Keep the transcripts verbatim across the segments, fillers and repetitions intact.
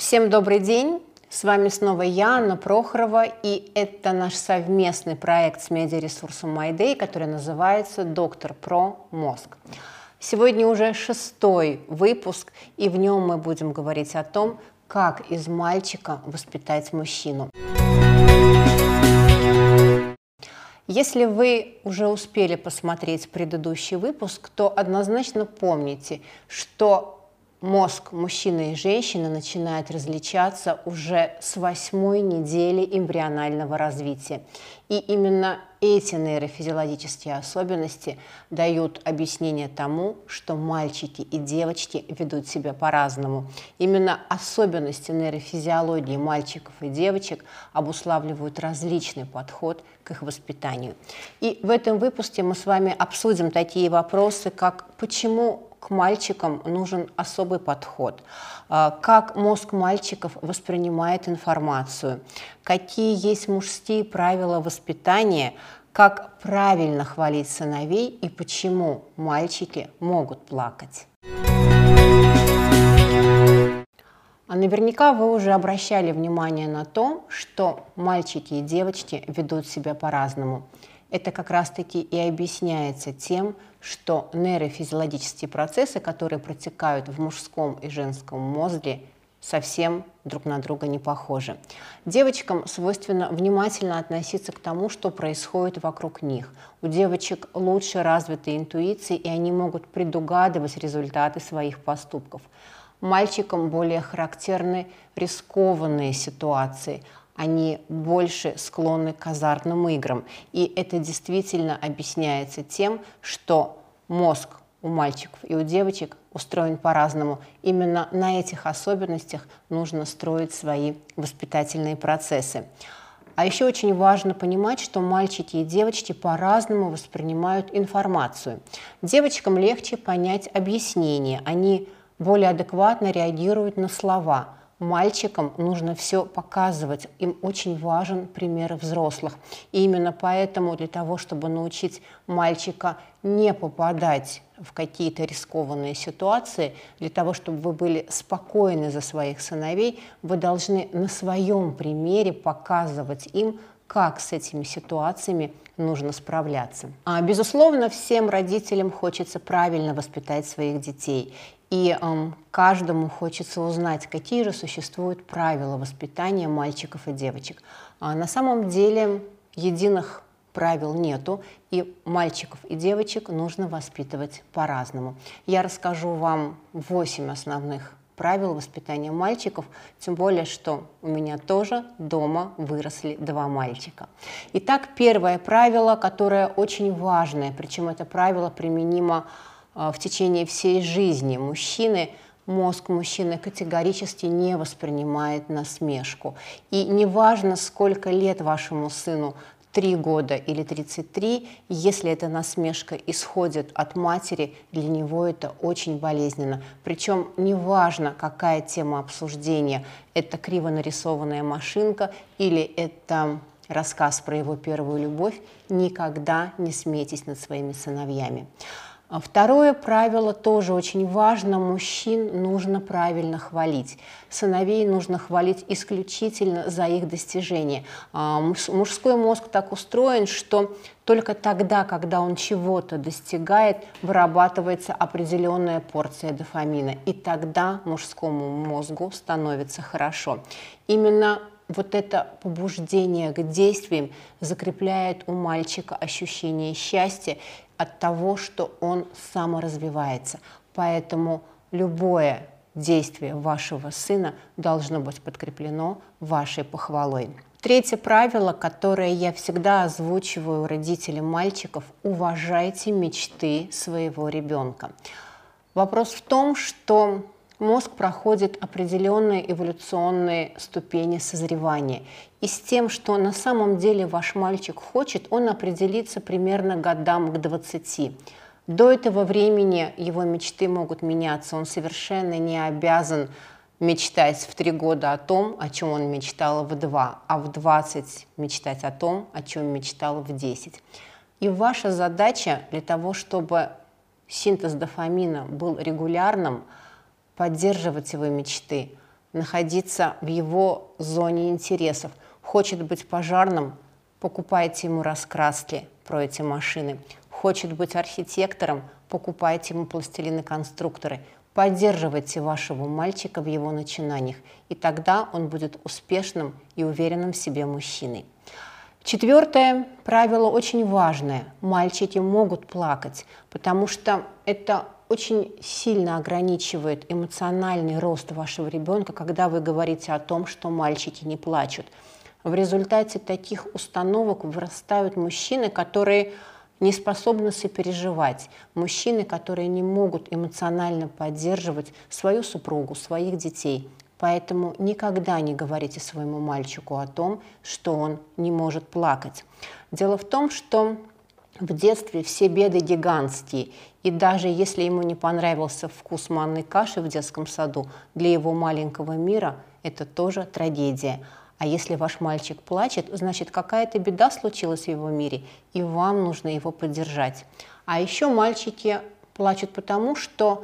Всем добрый день! С вами снова я, Анна Прохорова, и это наш совместный проект с медиаресурсом MyDay, который называется «Доктор про мозг». Сегодня уже шестой выпуск, и в нем мы будем говорить о том, как из мальчика воспитать мужчину. Если вы уже успели посмотреть предыдущий выпуск, то однозначно помните, что мозг мужчины и женщины начинает различаться уже с восьмой недели эмбрионального развития. И именно эти нейрофизиологические особенности дают объяснение тому, что мальчики и девочки ведут себя по-разному. Именно особенности нейрофизиологии мальчиков и девочек обуславливают различный подход к их воспитанию. И в этом выпуске мы с вами обсудим такие вопросы, как почему к мальчикам нужен особый подход, как мозг мальчиков воспринимает информацию, какие есть мужские правила воспитания, как правильно хвалить сыновей и почему мальчики могут плакать. А наверняка вы уже обращали внимание на то, что мальчики и девочки ведут себя по-разному. Это как раз-таки и объясняется тем, что нейрофизиологические процессы, которые протекают в мужском и женском мозге, совсем друг на друга не похожи. Девочкам свойственно внимательно относиться к тому, что происходит вокруг них. У девочек лучше развита интуиция, и они могут предугадывать результаты своих поступков. Мальчикам более характерны рискованные ситуации. Они больше склонны к азартным играм. И это действительно объясняется тем, что мозг у мальчиков и у девочек устроен по-разному. Именно на этих особенностях нужно строить свои воспитательные процессы. А еще очень важно понимать, что мальчики и девочки по-разному воспринимают информацию. Девочкам легче понять объяснение, они более адекватно реагируют на слова. Мальчикам нужно все показывать, им очень важен пример взрослых. И именно поэтому для того, чтобы научить мальчика не попадать в какие-то рискованные ситуации, для того, чтобы вы были спокойны за своих сыновей, вы должны на своем примере показывать им, как с этими ситуациями нужно справляться. А, безусловно, всем родителям хочется правильно воспитать своих детей. И эм, каждому хочется узнать, какие же существуют правила воспитания мальчиков и девочек. А на самом деле единых правил нету, и мальчиков и девочек нужно воспитывать по-разному. Я расскажу вам восемь основных правил воспитания мальчиков, тем более, что у меня тоже дома выросли два мальчика. Итак, первое правило, которое очень важное, причем это правило применимо в течение всей жизни мужчины. Мозг мужчины категорически не воспринимает насмешку. И неважно, сколько лет вашему сыну, три года или тридцать три, если эта насмешка исходит от матери, для него это очень болезненно. Причем неважно, какая тема обсуждения, это криво нарисованная машинка или это рассказ про его первую любовь, никогда не смейтесь над своими сыновьями. Второе правило тоже очень важно. Мужчин нужно правильно хвалить. Сыновей нужно хвалить исключительно за их достижения. Мужской мозг так устроен, что только тогда, когда он чего-то достигает, вырабатывается определенная порция дофамина. И тогда мужскому мозгу становится хорошо. Именно вот это побуждение к действиям закрепляет у мальчика ощущение счастья от того, что он саморазвивается. Поэтому любое действие вашего сына должно быть подкреплено вашей похвалой. Третье правило, которое я всегда озвучиваю родителям мальчиков: уважайте мечты своего ребенка. Вопрос в том, что мозг проходит определенные эволюционные ступени созревания. И с тем, что на самом деле ваш мальчик хочет, он определится примерно годам к двадцати. До этого времени его мечты могут меняться. Он совершенно не обязан мечтать в три года о том, о чем он мечтал в два, а в двадцать мечтать о том, о чем мечтал в десять. И ваша задача для того, чтобы синтез дофамина был регулярным, поддерживать его мечты, находиться в его зоне интересов. Хочет быть пожарным, покупайте ему раскраски про эти машины. Хочет быть архитектором, покупайте ему пластилины-конструкторы. Поддерживайте вашего мальчика в его начинаниях, и тогда он будет успешным и уверенным в себе мужчиной. Четвертое правило очень важное. Мальчики могут плакать, потому что это очень сильно ограничивает эмоциональный рост вашего ребенка, когда вы говорите о том, что мальчики не плачут. В результате таких установок вырастают мужчины, которые не способны сопереживать, мужчины, которые не могут эмоционально поддерживать свою супругу, своих детей. Поэтому никогда не говорите своему мальчику о том, что он не может плакать. Дело в том, что в детстве все беды гигантские, и даже если ему не понравился вкус манной каши в детском саду, для его маленького мира это тоже трагедия. А если ваш мальчик плачет, значит, какая-то беда случилась в его мире, и вам нужно его поддержать. А еще мальчики плачут потому, что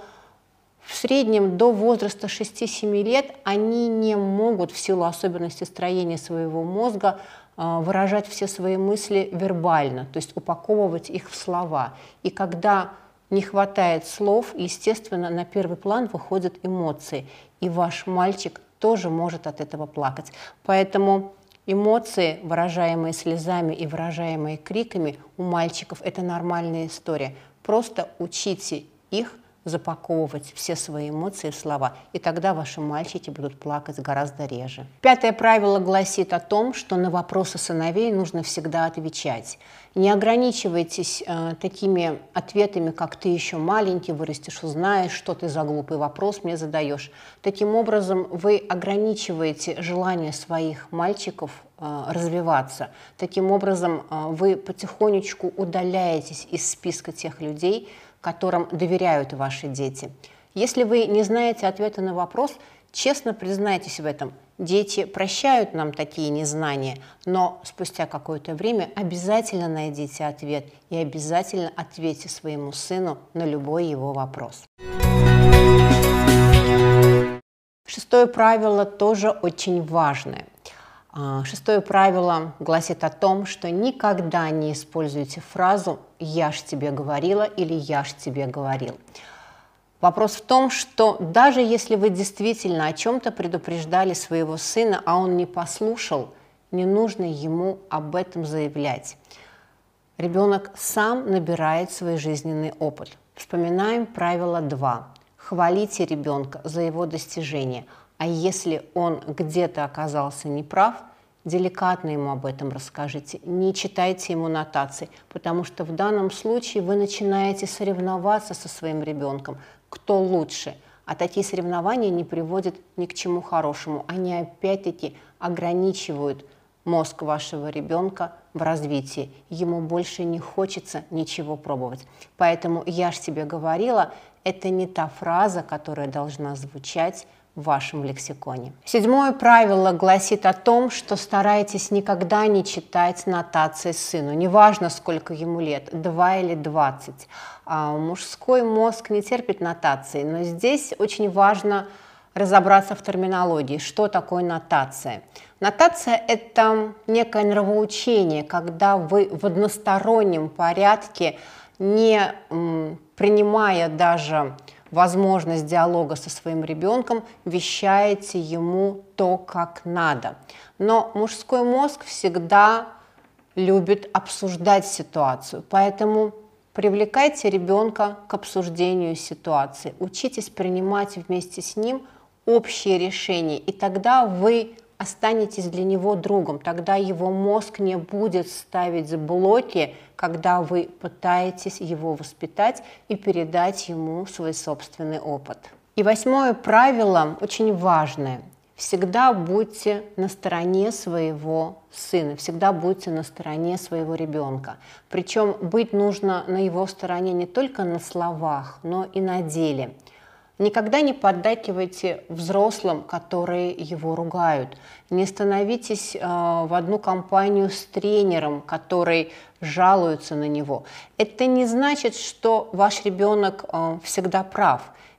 в среднем до возраста шести-семи лет они не могут в силу особенностей строения своего мозга выражать все свои мысли вербально, то есть упаковывать их в слова. И когда не хватает слов, естественно, на первый план выходят эмоции, и ваш мальчик тоже может от этого плакать. Поэтому эмоции, выражаемые слезами и выражаемые криками, у мальчиков – это нормальная история. Просто учите их запаковывать все свои эмоции в слова, и тогда ваши мальчики будут плакать гораздо реже. Пятое правило гласит о том, что на вопросы сыновей нужно всегда отвечать. Не ограничивайтесь э, такими ответами, как «ты еще маленький, вырастешь, узнаешь, что ты за глупый вопрос мне задаешь». Таким образом, вы ограничиваете желание своих мальчиков э, развиваться. Таким образом, э, вы потихонечку удаляетесь из списка тех людей, которым доверяют ваши дети. Если вы не знаете ответа на вопрос, честно признайтесь в этом. Дети прощают нам такие незнания, но спустя какое-то время обязательно найдите ответ и обязательно ответьте своему сыну на любой его вопрос. Шестое правило тоже очень важное. Шестое правило гласит о том, что никогда не используйте фразу «я ж тебе говорила» или «я ж тебе говорил». Вопрос в том, что даже если вы действительно о чем-то предупреждали своего сына, а он не послушал, не нужно ему об этом заявлять. Ребенок сам набирает свой жизненный опыт. Вспоминаем правило два. Хвалите ребенка за его достижения, а если он где-то оказался неправ, деликатно ему об этом расскажите, не читайте ему нотации, потому что в данном случае вы начинаете соревноваться со своим ребенком, кто лучше. А такие соревнования не приводят ни к чему хорошему. Они опять-таки ограничивают мозг вашего ребенка в развитии. Ему больше не хочется ничего пробовать. Поэтому «я ж тебе говорила» – это не та фраза, которая должна звучать в вашем лексиконе. Седьмое правило гласит о том, что старайтесь никогда не читать нотации сыну, неважно, сколько ему лет, два или двадцать. А мужской мозг не терпит нотации, но здесь очень важно разобраться в терминологии, что такое нотация. Нотация – это некое нравоучение, когда вы в одностороннем порядке, не м, принимая даже возможность диалога со своим ребенком, вещаете ему то, как надо. Но мужской мозг всегда любит обсуждать ситуацию, поэтому привлекайте ребенка к обсуждению ситуации, учитесь принимать вместе с ним общие решения, и тогда вы останетесь для него другом, тогда его мозг не будет ставить блоки, когда вы пытаетесь его воспитать и передать ему свой собственный опыт. И восьмое правило очень важное. Всегда будьте на стороне своего сына, всегда будьте на стороне своего ребенка. Причем быть нужно на его стороне не только на словах, но и на деле. Никогда не поддакивайте взрослым, которые его ругают. Не становитесь э, в одну компанию с тренером, который жалуется на него. Это не значит, что ваш ребенок э, всегда прав.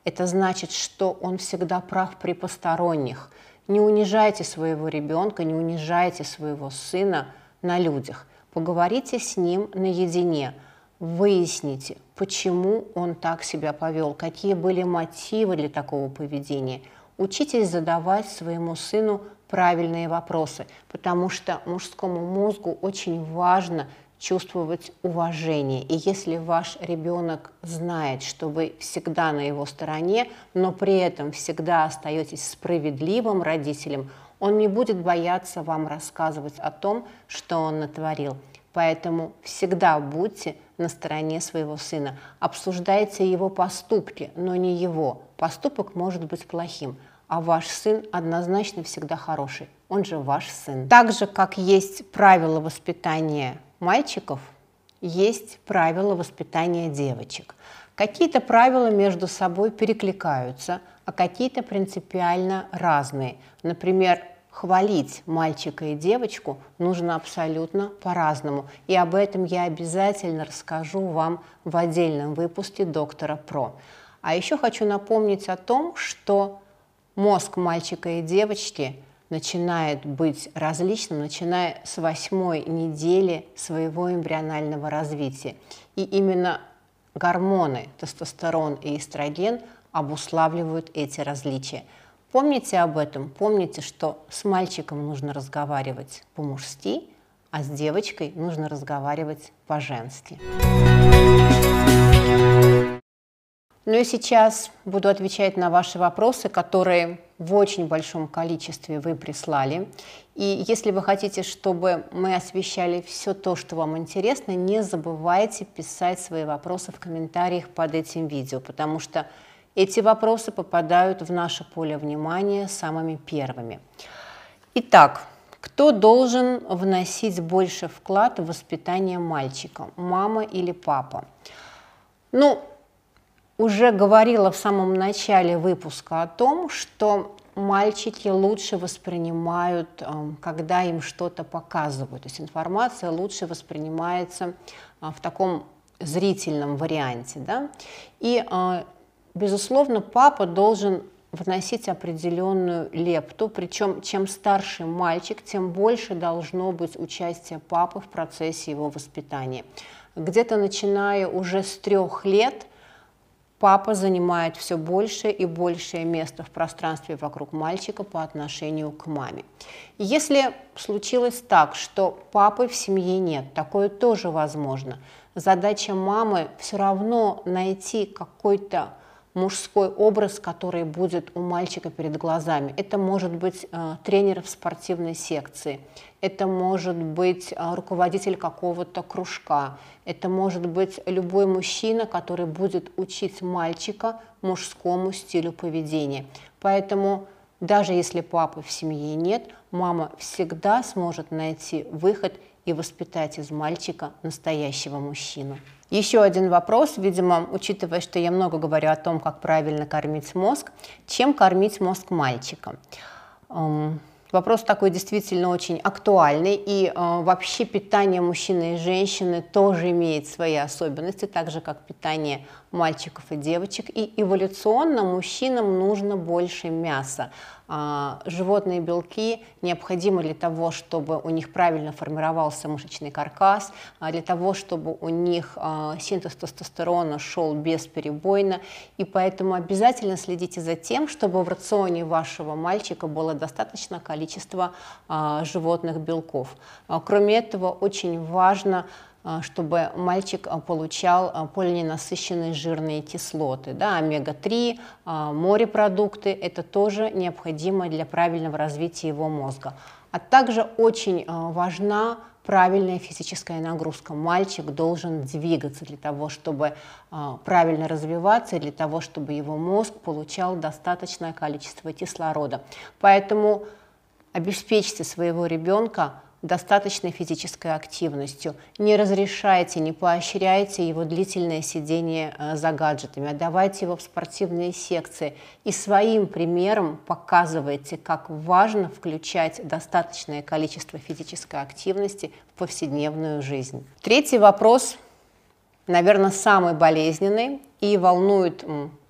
Это значит, что он всегда прав при посторонних. Не унижайте своего ребенка, не унижайте своего сына на людях. Поговорите с ним наедине, выясните, почему он так себя повел, какие были мотивы для такого поведения. Учитесь задавать своему сыну правильные вопросы, потому что мужскому мозгу очень важно чувствовать уважение. И если ваш ребенок знает, что вы всегда на его стороне, но при этом всегда остаетесь справедливым родителем, он не будет бояться вам рассказывать о том, что он натворил. Поэтому всегда будьте на стороне своего сына. Обсуждайте его поступки, но не его. Поступок может быть плохим, а ваш сын однозначно всегда хороший. Он же ваш сын. Так же, как есть правила воспитания мальчиков, есть правила воспитания девочек. Какие-то правила между собой перекликаются, а какие-то принципиально разные. Например, хвалить мальчика и девочку нужно абсолютно по-разному. И об этом я обязательно расскажу вам в отдельном выпуске «Доктора Про». А еще хочу напомнить о том, что мозг мальчика и девочки начинает быть различным, начиная с восьмой недели своего эмбрионального развития. И именно гормоны тестостерон и эстроген обуславливают эти различия. Помните об этом, помните, что с мальчиком нужно разговаривать по-мужски, а с девочкой нужно разговаривать по-женски. Ну и сейчас буду отвечать на ваши вопросы, которые в очень большом количестве вы прислали. И если вы хотите, чтобы мы освещали все то, что вам интересно, не забывайте писать свои вопросы в комментариях под этим видео, потому что эти вопросы попадают в наше поле внимания самыми первыми. Итак, кто должен вносить больше вклад в воспитание мальчика, мама или папа? Ну, уже говорила в самом начале выпуска о том, что мальчики лучше воспринимают, когда им что-то показывают. То есть информация лучше воспринимается в таком зрительном варианте. Да? И, безусловно, папа должен вносить определенную лепту, причем чем старше мальчик, тем больше должно быть участия папы в процессе его воспитания. Где-то начиная уже с трех лет папа занимает все большее и большее место в пространстве вокруг мальчика по отношению к маме. Если случилось так, что папы в семье нет, такое тоже возможно. Задача мамы все равно найти какой-то мужской образ, который будет у мальчика перед глазами. Это может быть э, тренер в спортивной секции, это может быть э, руководитель какого-то кружка, это может быть любой мужчина, который будет учить мальчика мужскому стилю поведения. Поэтому даже если папы в семье нет, мама всегда сможет найти выход и воспитать из мальчика настоящего мужчину. Еще один вопрос, видимо, учитывая, что я много говорю о том, как правильно кормить мозг, чем кормить мозг мальчика? Эм, вопрос такой действительно очень актуальный, и э, вообще питание мужчины и женщины тоже имеет свои особенности, так же как питание мальчиков и девочек, и эволюционно мужчинам нужно больше мяса. Животные белки необходимы для того, чтобы у них правильно формировался мышечный каркас, для того, чтобы у них синтез тестостерона шел бесперебойно, и поэтому обязательно следите за тем, чтобы в рационе вашего мальчика было достаточное количество животных белков. Кроме этого, очень важно, чтобы мальчик получал полиненасыщенные жирные кислоты, да, омега три, морепродукты, это тоже необходимо для правильного развития его мозга. А также очень важна правильная физическая нагрузка. Мальчик должен двигаться для того, чтобы правильно развиваться, для того, чтобы его мозг получал достаточное количество кислорода. Поэтому обеспечьте своего ребенка достаточной физической активностью. Не разрешайте, не поощряйте его длительное сидение за гаджетами, отдавайте его в спортивные секции и своим примером показывайте, как важно включать достаточное количество физической активности в повседневную жизнь. Третий вопрос, наверное, самый болезненный и волнует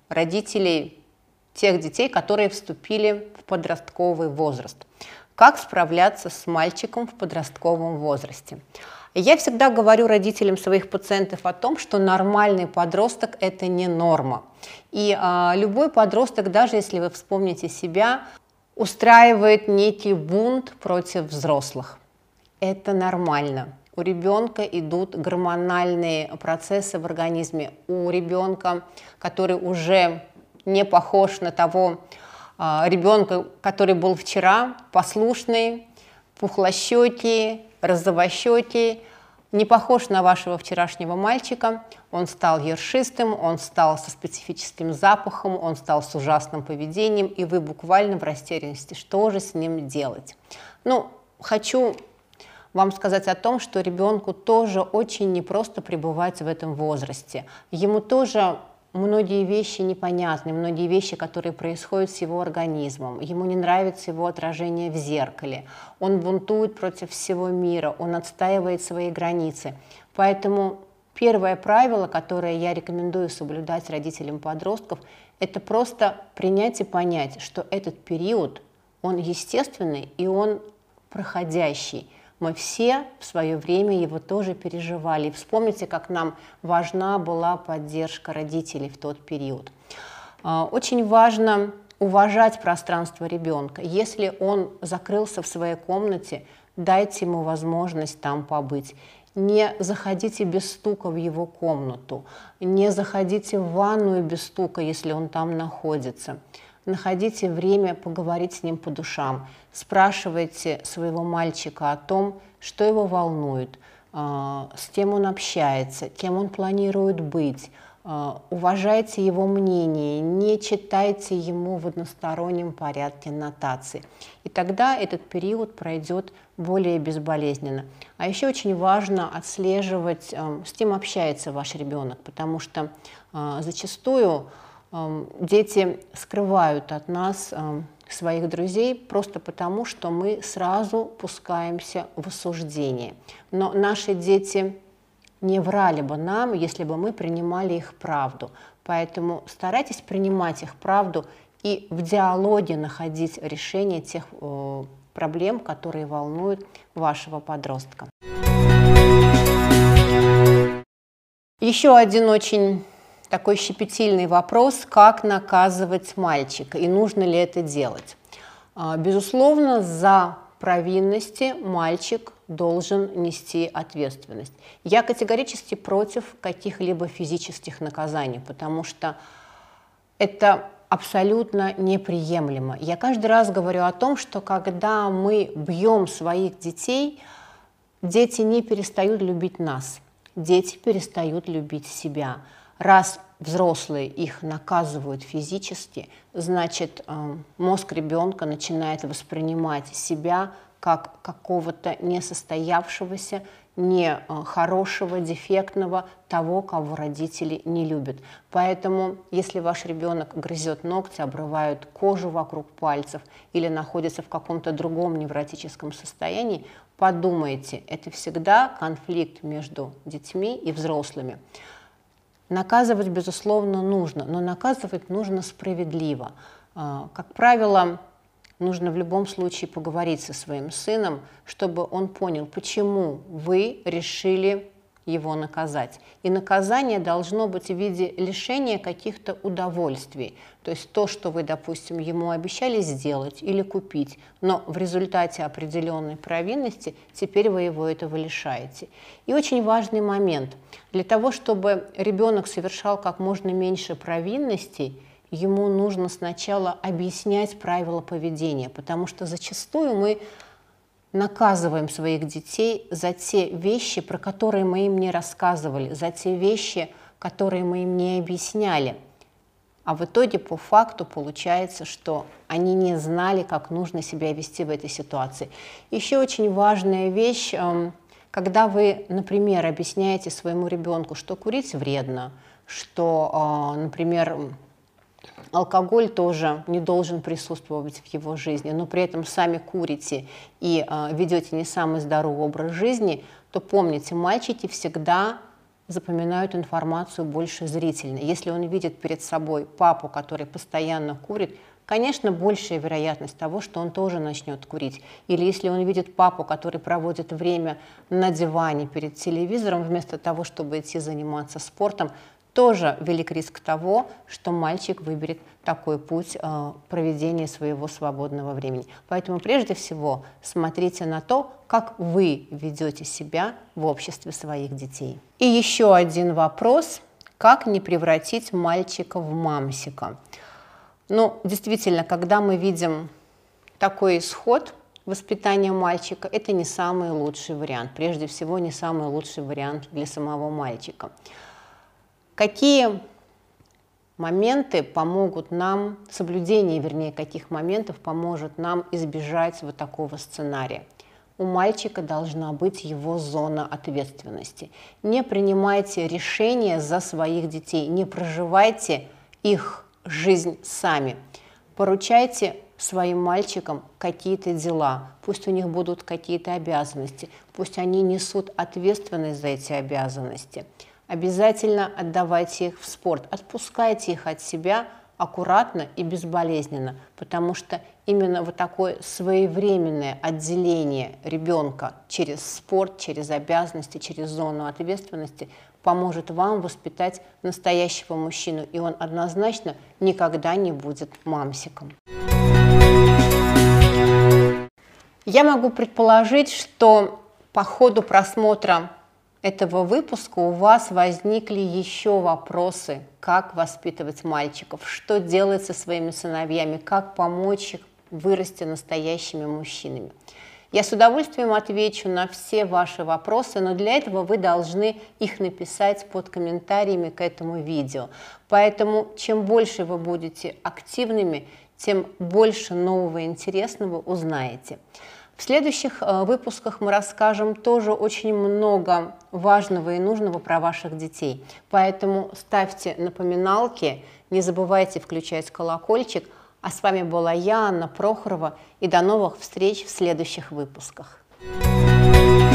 родителей тех детей, которые вступили в подростковый возраст. Как справляться с мальчиком в подростковом возрасте? Я всегда говорю родителям своих пациентов о том, что нормальный подросток – это не норма. И а, любой подросток, даже если вы вспомните себя, устраивает некий бунт против взрослых. Это нормально. У ребенка идут гормональные процессы в организме. У ребенка, который уже не похож на того а, ребенка, который был вчера, послушный, пухлощекий, розовощекий, не похож на вашего вчерашнего мальчика, он стал ершистым, он стал со специфическим запахом, он стал с ужасным поведением, и вы буквально в растерянности, что же с ним делать. Ну, хочу вам сказать о том, что ребенку тоже очень непросто пребывать в этом возрасте. Ему тоже многие вещи непонятны, многие вещи, которые происходят с его организмом. Ему не нравится его отражение в зеркале. Он бунтует против всего мира, он отстаивает свои границы. Поэтому первое правило, которое я рекомендую соблюдать родителям подростков, это просто принять и понять, что этот период, он естественный и он проходящий. Мы все в свое время его тоже переживали. И вспомните, как нам важна была поддержка родителей в тот период. Очень важно уважать пространство ребенка. Если он закрылся в своей комнате, дайте ему возможность там побыть. Не заходите без стука в его комнату, не заходите в ванную без стука, если он там находится. Находите время поговорить с ним по душам. Спрашивайте своего мальчика о том, что его волнует, с кем он общается, кем он планирует быть. Уважайте его мнение, не читайте ему в одностороннем порядке нотации. И тогда этот период пройдет более безболезненно. А еще очень важно отслеживать, с кем общается ваш ребенок, потому что зачастую дети скрывают от нас своих друзей просто потому, что мы сразу пускаемся в осуждение. Но наши дети не врали бы нам, если бы мы принимали их правду. Поэтому старайтесь принимать их правду и в диалоге находить решение тех э, проблем, которые волнуют вашего подростка. Еще один очень такой щепетильный вопрос, как наказывать мальчика и нужно ли это делать. Безусловно, за провинности мальчик должен нести ответственность. Я категорически против каких-либо физических наказаний, потому что это абсолютно неприемлемо. Я каждый раз говорю о том, что когда мы бьем своих детей, дети не перестают любить нас, дети перестают любить себя. Раз взрослые их наказывают физически, значит, мозг ребенка начинает воспринимать себя как какого-то несостоявшегося, нехорошего, дефектного, того, кого родители не любят. Поэтому, если ваш ребенок грызет ногти, обрывает кожу вокруг пальцев или находится в каком-то другом невротическом состоянии, подумайте, это всегда конфликт между детьми и взрослыми. Наказывать, безусловно, нужно, но наказывать нужно справедливо. Как правило, нужно в любом случае поговорить со своим сыном, чтобы он понял, почему вы решили его наказать. И наказание должно быть в виде лишения каких-то удовольствий. То есть то, что вы, допустим, ему обещали сделать или купить, но в результате определенной провинности теперь вы его этого лишаете. И очень важный момент. Для того, чтобы ребенок совершал как можно меньше провинностей, ему нужно сначала объяснять правила поведения, потому что зачастую мы наказываем своих детей за те вещи, про которые мы им не рассказывали, за те вещи, которые мы им не объясняли. А в итоге по факту получается, что они не знали, как нужно себя вести в этой ситуации. Еще очень важная вещь, когда вы, например, объясняете своему ребенку, что курить вредно, что, например, алкоголь тоже не должен присутствовать в его жизни, но при этом сами курите и э, ведете не самый здоровый образ жизни, то помните, мальчики всегда запоминают информацию больше зрительно. Если он видит перед собой папу, который постоянно курит, конечно, большая вероятность того, что он тоже начнет курить. Или если он видит папу, который проводит время на диване перед телевизором, вместо того, чтобы идти заниматься спортом, тоже велик риск того, что мальчик выберет такой путь э, проведения своего свободного времени. Поэтому прежде всего смотрите на то, как вы ведете себя в обществе своих детей. И еще один вопрос: как не превратить мальчика в мамсика? Ну, действительно, когда мы видим такой исход воспитания мальчика, это не самый лучший вариант. Прежде всего, не самый лучший вариант для самого мальчика. Какие моменты помогут нам, соблюдение, вернее, каких моментов поможет нам избежать вот такого сценария? У мальчика должна быть его зона ответственности. Не принимайте решения за своих детей, не проживайте их жизнь сами. Поручайте своим мальчикам какие-то дела, пусть у них будут какие-то обязанности, пусть они несут ответственность за эти обязанности. Обязательно отдавайте их в спорт, отпускайте их от себя аккуратно и безболезненно, потому что именно вот такое своевременное отделение ребенка через спорт, через обязанности, через зону ответственности поможет вам воспитать настоящего мужчину, и он однозначно никогда не будет мамсиком. Я могу предположить, что по ходу просмотра этого выпуска у вас возникли еще вопросы, как воспитывать мальчиков, что делать со своими сыновьями, как помочь их вырасти настоящими мужчинами. Я с удовольствием отвечу на все ваши вопросы, но для этого вы должны их написать под комментариями к этому видео. Поэтому чем больше вы будете активными, тем больше нового и интересного узнаете. В следующих э, выпусках мы расскажем тоже очень много важного и нужного про ваших детей. Поэтому ставьте напоминалки, не забывайте включать колокольчик. А с вами была я, Анна Прохорова, и до новых встреч в следующих выпусках.